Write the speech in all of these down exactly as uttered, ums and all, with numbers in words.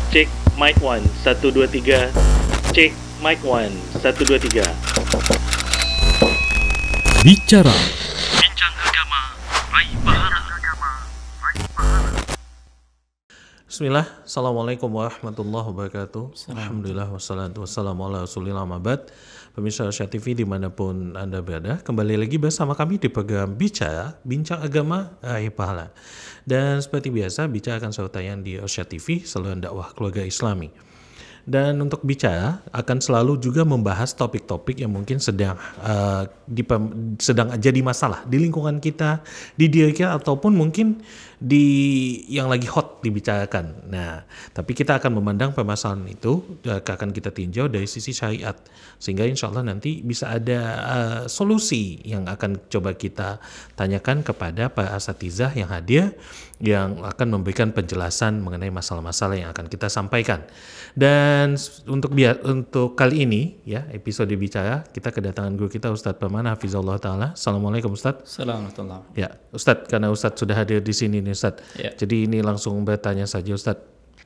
Cek mic one, satu dua tiga. Cek mic one, satu dua tiga. Bicara. Bincang agama, raih pahala. Bismillah, Assalamualaikum warahmatullahi wabarakatuh. Alhamdulillah, wassalatu wassalamu ala rasulillah mabad. Pemirsa Asia T V dimanapun Anda berada, kembali lagi bersama kami di program Bicara, Bincang Agama, Raih Pahala. Dan seperti biasa, Bicara akan selalu tayang di Asia T V, saluran dakwah keluarga Islami. Dan untuk bicara akan selalu juga membahas topik-topik yang mungkin sedang uh, di, sedang jadi masalah di lingkungan kita, di diri kita, ataupun mungkin di yang lagi hot dibicarakan. Nah, tapi kita akan memandang permasalahan itu uh, akan kita tinjau dari sisi syariat, sehingga insya Allah nanti bisa ada uh, solusi yang akan coba kita tanyakan kepada para asatizah yang hadir, yang akan memberikan penjelasan mengenai masalah-masalah yang akan kita sampaikan. Dan untuk biar untuk kali ini ya episode bicara kita kedatangan guru kita Ustadz Permana Hafizahullah Taala. Assalamualaikum Ustadz. Assalamualaikum. Ya Ustadz, karena Ustadz sudah hadir di sini nih Ustadz. Ya. Jadi ini langsung bertanya saja Ustadz.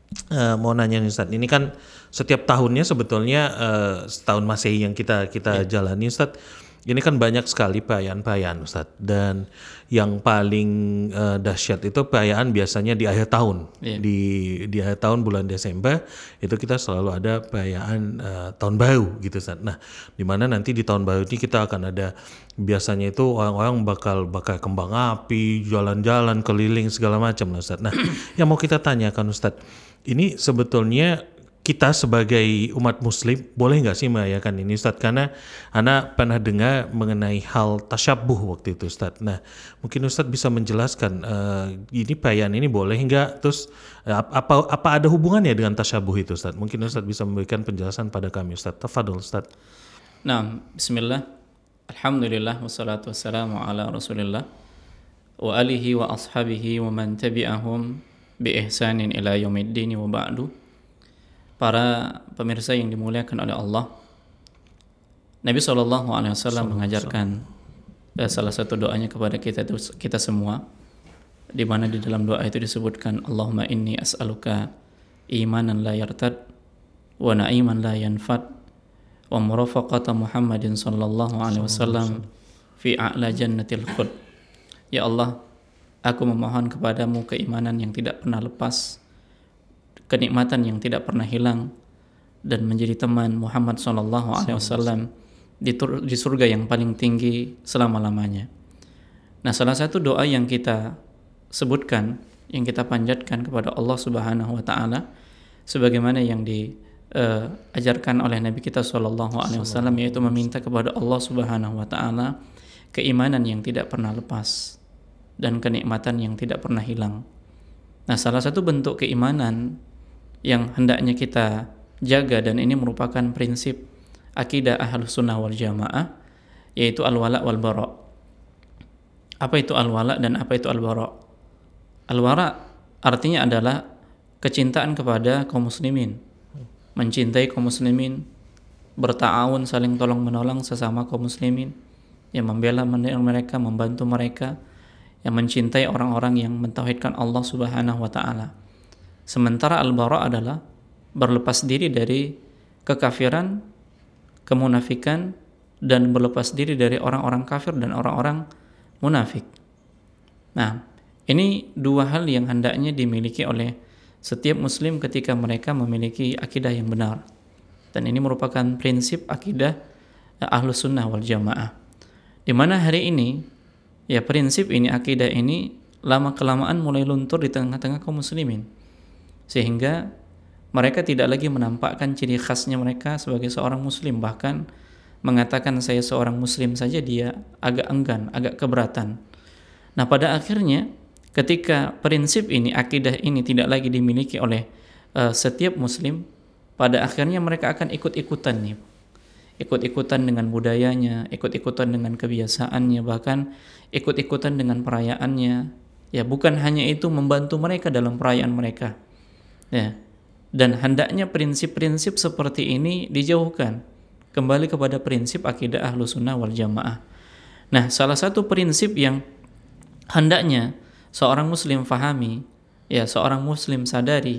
Uh, mau nanya nih Ustadz. Ini kan setiap tahunnya sebetulnya uh, setahun Masehi yang kita kita ya. jalani Ustadz. Ini kan banyak sekali perayaan-perayaan Ustadz, dan yang paling uh, dahsyat itu perayaan biasanya di akhir tahun. Yeah. Di di akhir tahun bulan Desember itu kita selalu ada perayaan uh, tahun baru gitu Ustadz. Nah, di mana nanti di tahun baru ini kita akan ada biasanya itu orang-orang bakal bakal kembang api, jalan-jalan keliling segala macam lah Ustadz. Nah, yang mau kita tanyakan Ustadz, ini sebetulnya kita sebagai umat muslim boleh nggak sih merayakan ini Ustadz? Karena Ana pernah dengar mengenai hal tasyabuh waktu itu Ustadz. Nah, mungkin Ustadz bisa menjelaskan uh, ini perayaan ini boleh nggak? Terus uh, apa apa ada hubungannya dengan tasyabuh itu Ustadz? Mungkin Ustadz bisa memberikan penjelasan pada kami Ustadz. Tafadhol Ustadz. Nah, bismillah. Alhamdulillah wassalatu wassalamu ala Rasulillah wa alihi wa ashabihi wa man tabi'ahum bi ihsanin ila yaumiddin wa ba'du. Para pemirsa yang dimuliakan oleh Allah, Nabi shallallahu alaihi wasallam mengajarkan eh, salah satu doanya kepada kita kita semua, di mana di dalam doa itu disebutkan Allahumma inni as'aluka imanan la yartad wa na'iman la yanfad wa murafaqata Muhammadin sallallahu alaihi wasallam fi a'la jannatil khuld. Ya Allah, aku memohon kepadamu keimanan yang tidak pernah lepas, kenikmatan yang tidak pernah hilang, dan menjadi teman Muhammad sallallahu alaihi wasallam di, di surga yang paling tinggi selama-lamanya. Nah, salah satu doa yang kita sebutkan, yang kita panjatkan kepada Allah Subhanahu wa taala sebagaimana yang diajarkan uh, oleh Nabi kita sallallahu alaihi wasallam, yaitu meminta kepada Allah Subhanahu wa taala keimanan yang tidak pernah lepas dan kenikmatan yang tidak pernah hilang. Nah, salah satu bentuk keimanan yang hendaknya kita jaga, dan ini merupakan prinsip akidah Ahlus Sunnah wal Jamaah, yaitu al-wala wal bara. Apa itu al-wala dan apa itu al-bara? Al-wala artinya adalah kecintaan kepada kaum muslimin, mencintai kaum muslimin, berta'awun, saling tolong menolong sesama kaum muslimin, yang membela mereka, membantu mereka, yang mencintai orang-orang yang mentauhidkan Allah Subhanahu wa taala. Sementara al-bara adalah berlepas diri dari kekafiran, kemunafikan, dan berlepas diri dari orang-orang kafir dan orang-orang munafik. Nah, ini dua hal yang hendaknya dimiliki oleh setiap muslim ketika mereka memiliki akidah yang benar. Dan ini merupakan prinsip akidah Ahlus Sunnah wal Jamaah. Di mana hari ini ya prinsip ini, akidah ini lama-kelamaan mulai luntur di tengah-tengah kaum muslimin, sehingga mereka tidak lagi menampakkan ciri khasnya mereka sebagai seorang muslim. Bahkan mengatakan saya seorang muslim saja dia agak enggan, agak keberatan. Nah, pada akhirnya ketika prinsip ini, akidah ini tidak lagi dimiliki oleh uh, setiap muslim, pada akhirnya mereka akan ikut-ikutan nih. Ikut-ikutan dengan budayanya, ikut-ikutan dengan kebiasaannya, bahkan ikut-ikutan dengan perayaannya. Ya, bukan hanya itu, membantu mereka dalam perayaan mereka. Ya. Dan hendaknya prinsip-prinsip seperti ini dijauhkan, kembali kepada prinsip akidah Ahlus Sunnah wal Jamaah. Nah, salah satu prinsip yang hendaknya seorang muslim fahami, ya seorang muslim sadari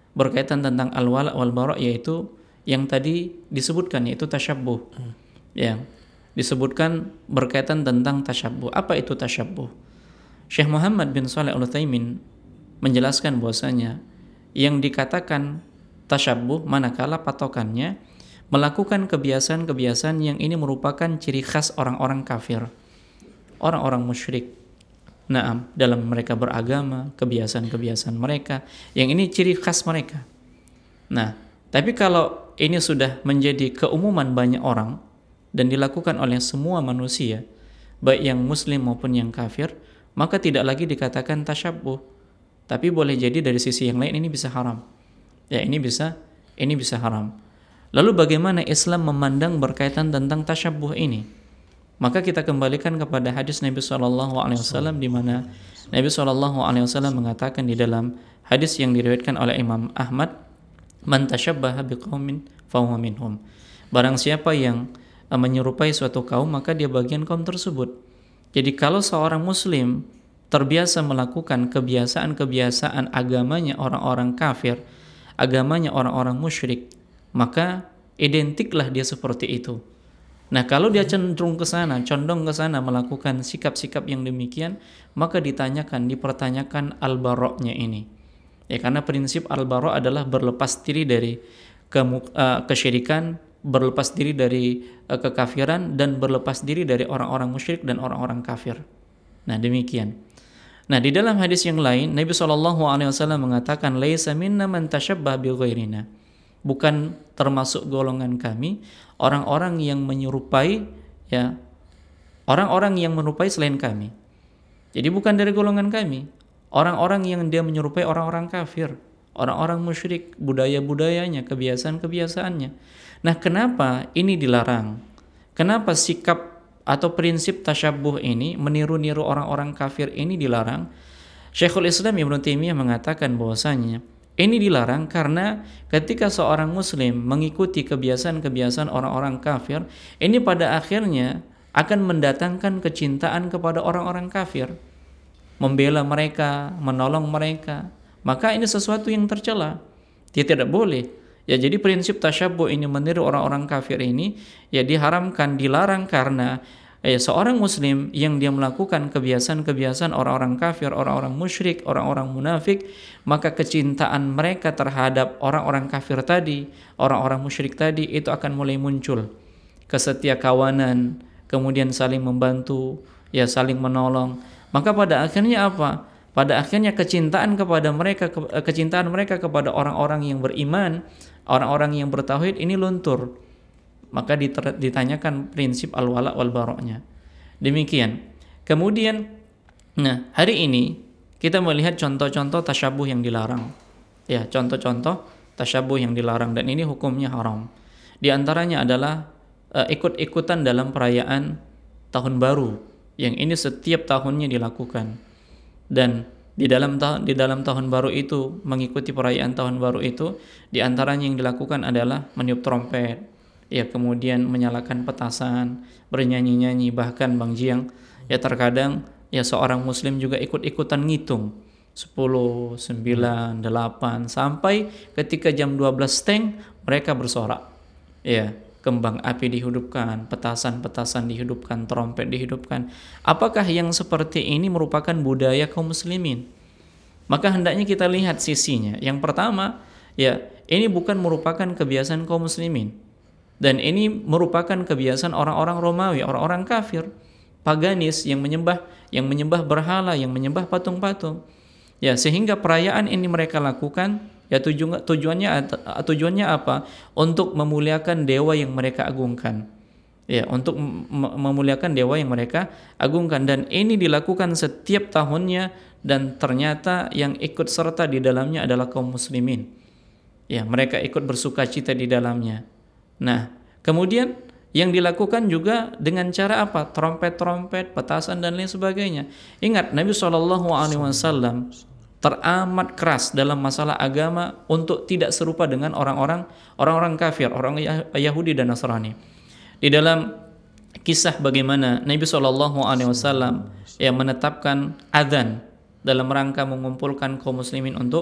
berkaitan tentang al-wala wal bara, yaitu yang tadi disebutkan, yaitu tasyabbuh. Hmm. Ya, disebutkan berkaitan tentang tasyabbuh. Apa itu tasyabbuh? Syekh Muhammad bin Shalih Al-Utsaimin menjelaskan bahwasanya yang dikatakan tasyabbuh manakala patokannya melakukan kebiasaan-kebiasaan yang ini merupakan ciri khas orang-orang kafir, orang-orang musyrik. Naam, dalam mereka beragama, kebiasaan-kebiasaan mereka, yang ini ciri khas mereka. Nah, tapi kalau ini sudah menjadi keumuman banyak orang dan dilakukan oleh semua manusia, baik yang muslim maupun yang kafir, maka tidak lagi dikatakan tasyabbuh. Tapi boleh jadi dari sisi yang lain ini bisa haram. Ya, ini bisa ini bisa haram. Lalu bagaimana Islam memandang berkaitan tentang tasyabbuh ini? Maka kita kembalikan kepada hadis Nabi shallallahu alaihi wasallam, di mana Nabi shallallahu alaihi wasallam mengatakan di dalam hadis yang diriwayatkan oleh Imam Ahmad, "Man tashabbaha biqaumin fahuwa minhum." Barang siapa yang menyerupai suatu kaum, maka dia bagian kaum tersebut. Jadi kalau seorang muslim terbiasa melakukan kebiasaan-kebiasaan agamanya orang-orang kafir, agamanya orang-orang musyrik, maka identiklah dia seperti itu. Nah, kalau dia cenderung ke sana, condong ke sana melakukan sikap-sikap yang demikian, maka ditanyakan, dipertanyakan al-bara'-nya ini. Ya, karena prinsip al-bara' adalah berlepas diri dari ke, uh, kesyirikan, berlepas diri dari uh, kekafiran, dan berlepas diri dari orang-orang musyrik dan orang-orang kafir. Nah, demikian. Nah, di dalam hadis yang lain, Nabi shallallahu alaihi wasallam mengatakan, "Laisa minna man tashabbaha bi ghairina." Bukan termasuk golongan kami orang-orang yang menyerupai, ya, orang-orang yang menyerupai selain kami. Jadi bukan dari golongan kami orang-orang yang dia menyerupai orang-orang kafir, orang-orang musyrik, budaya-budayanya, kebiasaan-kebiasaannya. Nah, kenapa ini dilarang? Kenapa sikap atau prinsip tasyabbuh ini, meniru-niru orang-orang kafir ini dilarang? Syekhul Islam Ibnu Taimiyah mengatakan bahwasanya ini dilarang karena ketika seorang muslim mengikuti kebiasaan-kebiasaan orang-orang kafir, ini pada akhirnya akan mendatangkan kecintaan kepada orang-orang kafir, membela mereka, menolong mereka. Maka ini sesuatu yang tercela. Dia tidak boleh. Ya, jadi prinsip tasyabbuh ini, meniru orang-orang kafir ini, ya diharamkan, dilarang karena Eh, seorang muslim yang dia melakukan kebiasaan-kebiasaan orang-orang kafir, orang-orang musyrik, orang-orang munafik, maka kecintaan mereka terhadap orang-orang kafir tadi, orang-orang musyrik tadi, itu akan mulai muncul kesetiakawanan, kemudian saling membantu, ya saling menolong. Maka pada akhirnya apa? Pada akhirnya kecintaan kepada mereka, ke, kecintaan mereka kepada orang-orang yang beriman, orang-orang yang bertauhid ini luntur. Maka ditanyakan prinsip al-wala wal bara'-nya. Demikian. Kemudian, nah, hari ini kita melihat contoh-contoh tasyabbuh yang dilarang. Ya, contoh-contoh tasyabbuh yang dilarang, dan ini hukumnya haram. Di antaranya adalah uh, ikut-ikutan dalam perayaan tahun baru, yang ini setiap tahunnya dilakukan. Dan di dalam ta- di dalam tahun baru itu, mengikuti perayaan tahun baru itu, di antaranya yang dilakukan adalah meniup trompet, ya, kemudian menyalakan petasan, bernyanyi-nyanyi, bahkan Bang Jiang, ya terkadang ya seorang muslim juga ikut-ikutan ngitung sepuluh, sembilan, delapan, sampai ketika jam dua belas teng mereka bersorak. Ya, kembang api dihidupkan, petasan-petasan dihidupkan, trompet dihidupkan. Apakah yang seperti ini merupakan budaya kaum muslimin? Maka hendaknya kita lihat sisinya. Yang pertama, ya, ini bukan merupakan kebiasaan kaum muslimin. Dan ini merupakan kebiasaan orang-orang Romawi, orang-orang kafir, paganis yang menyembah yang menyembah berhala, yang menyembah patung-patung. Ya, sehingga perayaan ini mereka lakukan, ya tuju, tujuannya tujuannya apa? Untuk memuliakan dewa yang mereka agungkan. Ya, untuk mem- memuliakan dewa yang mereka agungkan, dan ini dilakukan setiap tahunnya, dan ternyata yang ikut serta di dalamnya adalah kaum muslimin. Ya, mereka ikut bersukacita di dalamnya. Nah, kemudian yang dilakukan juga dengan cara apa? Trompet-trompet, petasan dan lain sebagainya. Ingat, Nabi shallallahu alaihi wasallam teramat keras dalam masalah agama untuk tidak serupa dengan orang-orang orang-orang kafir, orang Yahudi dan Nasrani. Di dalam kisah bagaimana Nabi shallallahu alaihi wasallam yang menetapkan adzan dalam rangka mengumpulkan kaum muslimin untuk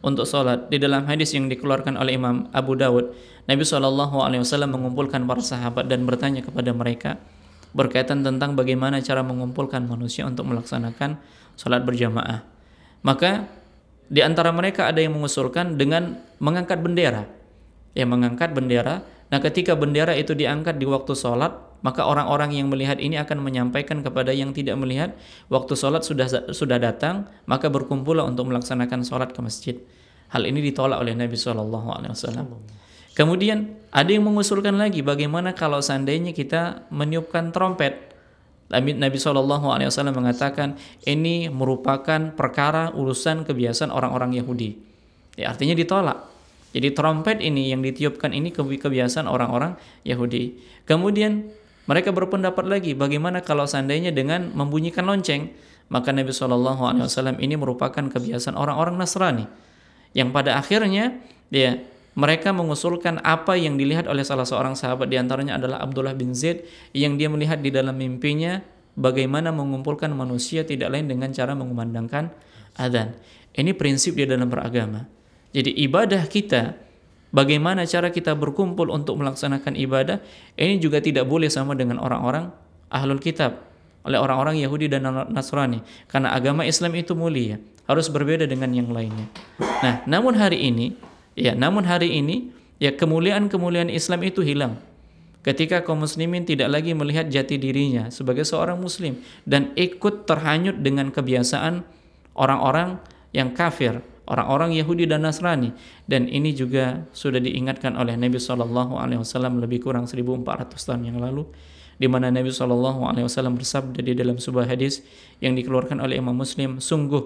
untuk sholat. Di dalam hadis yang dikeluarkan oleh Imam Abu Dawud, Nabi shallallahu alaihi wasallam mengumpulkan para sahabat dan bertanya kepada mereka berkaitan tentang bagaimana cara mengumpulkan manusia untuk melaksanakan sholat berjamaah. Maka di antara mereka ada yang mengusulkan dengan mengangkat bendera. Ya, mengangkat bendera. Nah, ketika bendera itu diangkat di waktu sholat, maka orang-orang yang melihat ini akan menyampaikan kepada yang tidak melihat, waktu sholat sudah sudah datang, maka berkumpullah untuk melaksanakan sholat ke masjid. Hal ini ditolak oleh Nabi shallallahu alaihi wasallam. Kemudian ada yang mengusulkan lagi, bagaimana kalau seandainya kita meniupkan trompet? Nabi shallallahu alaihi wasallam mengatakan ini merupakan perkara urusan kebiasaan orang-orang Yahudi. Ya, artinya ditolak. Jadi trompet ini yang ditiupkan ini kebiasaan orang-orang Yahudi. Kemudian mereka berpendapat lagi, bagaimana kalau seandainya dengan membunyikan lonceng? Maka Nabi shallallahu alaihi wasallam ini merupakan kebiasaan orang-orang Nasrani. Yang pada akhirnya ya mereka mengusulkan apa yang dilihat oleh salah seorang sahabat, di antaranya adalah Abdullah bin Zaid, yang dia melihat di dalam mimpinya bagaimana mengumpulkan manusia tidak lain dengan cara mengumandangkan adzan. Ini prinsip di dalam beragama. Jadi ibadah kita, bagaimana cara kita berkumpul untuk melaksanakan ibadah, ini juga tidak boleh sama dengan orang-orang ahlul kitab, oleh orang-orang Yahudi dan Nasrani. Karena agama Islam itu mulia, harus berbeda dengan yang lainnya. Nah, namun hari ini, ya, namun hari ini, ya kemuliaan-kemuliaan Islam itu hilang. Ketika kaum muslimin tidak lagi melihat jati dirinya sebagai seorang muslim dan ikut terhanyut dengan kebiasaan orang-orang yang kafir, orang-orang Yahudi dan Nasrani. Dan ini juga sudah diingatkan oleh Nabi shallallahu alaihi wasallam lebih kurang seribu empat ratus tahun yang lalu, di mana Nabi shallallahu alaihi wasallam bersabda di dalam sebuah hadis yang dikeluarkan oleh Imam Muslim, sungguh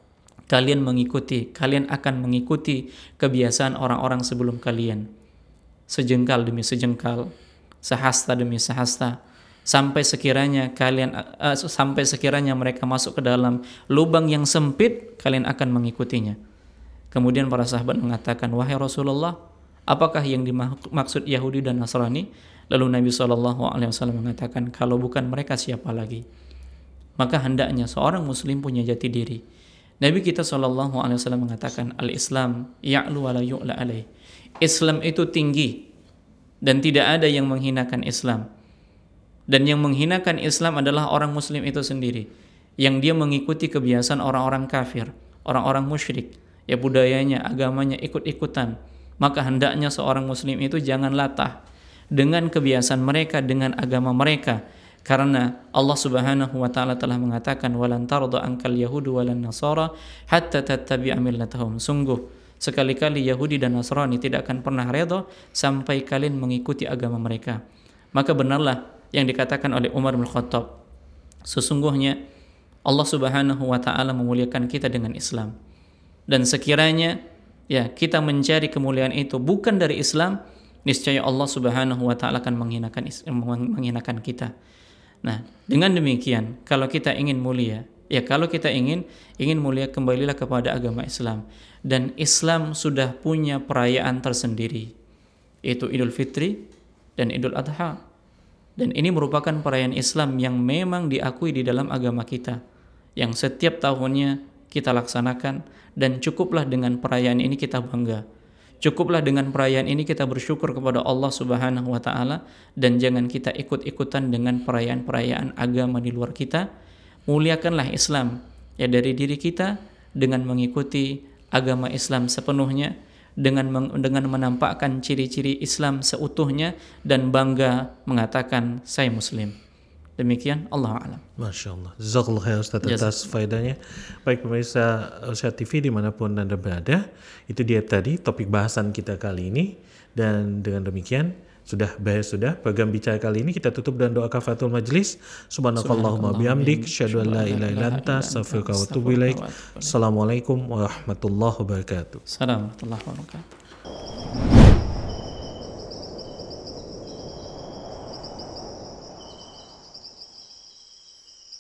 kalian mengikuti, kalian akan mengikuti kebiasaan orang-orang sebelum kalian, sejengkal demi sejengkal, sehasta demi sehasta, sampai sekiranya kalian uh, sampai sekiranya mereka masuk ke dalam lubang yang sempit, kalian akan mengikutinya. Kemudian para sahabat mengatakan, wahai Rasulullah, apakah yang dimaksud Yahudi dan Nasrani? Lalu Nabi shallallahu alaihi wasallam mengatakan, kalau bukan mereka siapa lagi? Maka hendaknya seorang muslim punya jati diri. Nabi kita shallallahu alaihi wasallam mengatakan, al-Islam ya'lu wa la yu'la alaih. Islam itu tinggi dan tidak ada yang menghinakan Islam. Dan yang menghinakan Islam adalah orang muslim itu sendiri, yang dia mengikuti kebiasaan orang-orang kafir, orang-orang musyrik, ya budayanya, agamanya ikut-ikutan. Maka hendaknya seorang muslim itu jangan latah dengan kebiasaan mereka, dengan agama mereka. Karena Allah Subhanahu wa taala telah mengatakan, walan tarda ankal yahudu walan nasara hatta tattabi'a millatahum. Sungguh sekali-kali Yahudi dan Nasrani tidak akan pernah redha sampai kalian mengikuti agama mereka. Maka benarlah yang dikatakan oleh Umar bin Khattab, sesungguhnya Allah Subhanahu wa taala memuliakan kita dengan Islam. Dan sekiranya ya kita mencari kemuliaan itu bukan dari Islam, niscaya Allah Subhanahu wa taala akan menghinakan menghinakan kita. Nah, dengan demikian kalau kita ingin mulia, ya kalau kita ingin ingin mulia, kembalilah kepada agama Islam. Dan Islam sudah punya perayaan tersendiri, yaitu Idul Fitri dan Idul Adha. Dan ini merupakan perayaan Islam yang memang diakui di dalam agama kita, yang setiap tahunnya kita laksanakan, dan cukuplah dengan perayaan ini kita bangga. Cukuplah dengan perayaan ini kita bersyukur kepada Allah Subhanahu wa taala, dan jangan kita ikut-ikutan dengan perayaan-perayaan agama di luar kita. Muliakanlah Islam ya dari diri kita dengan mengikuti agama Islam sepenuhnya, dengan dengan menampakkan ciri-ciri Islam seutuhnya dan bangga mengatakan saya muslim. Demikian, Allah a'lam. Masya Allah. Jazakallah khair Ustaz atas faedahnya. Baik pemirsa Syah T V dimanapun Anda berada, itu dia tadi topik bahasan kita kali ini. Dan dengan demikian sudah bahas sudah program bicara kali ini, kita tutup dan doa kafaratul majlis. Subhanakallahumma bihamdik, asyhadu an la ilaha illa anta, astaghfiruka wa atubu ilaik. Assalamualaikum warahmatullahi wabarakatuh. Assalamualaikum warahmatullahi wabarakatuh.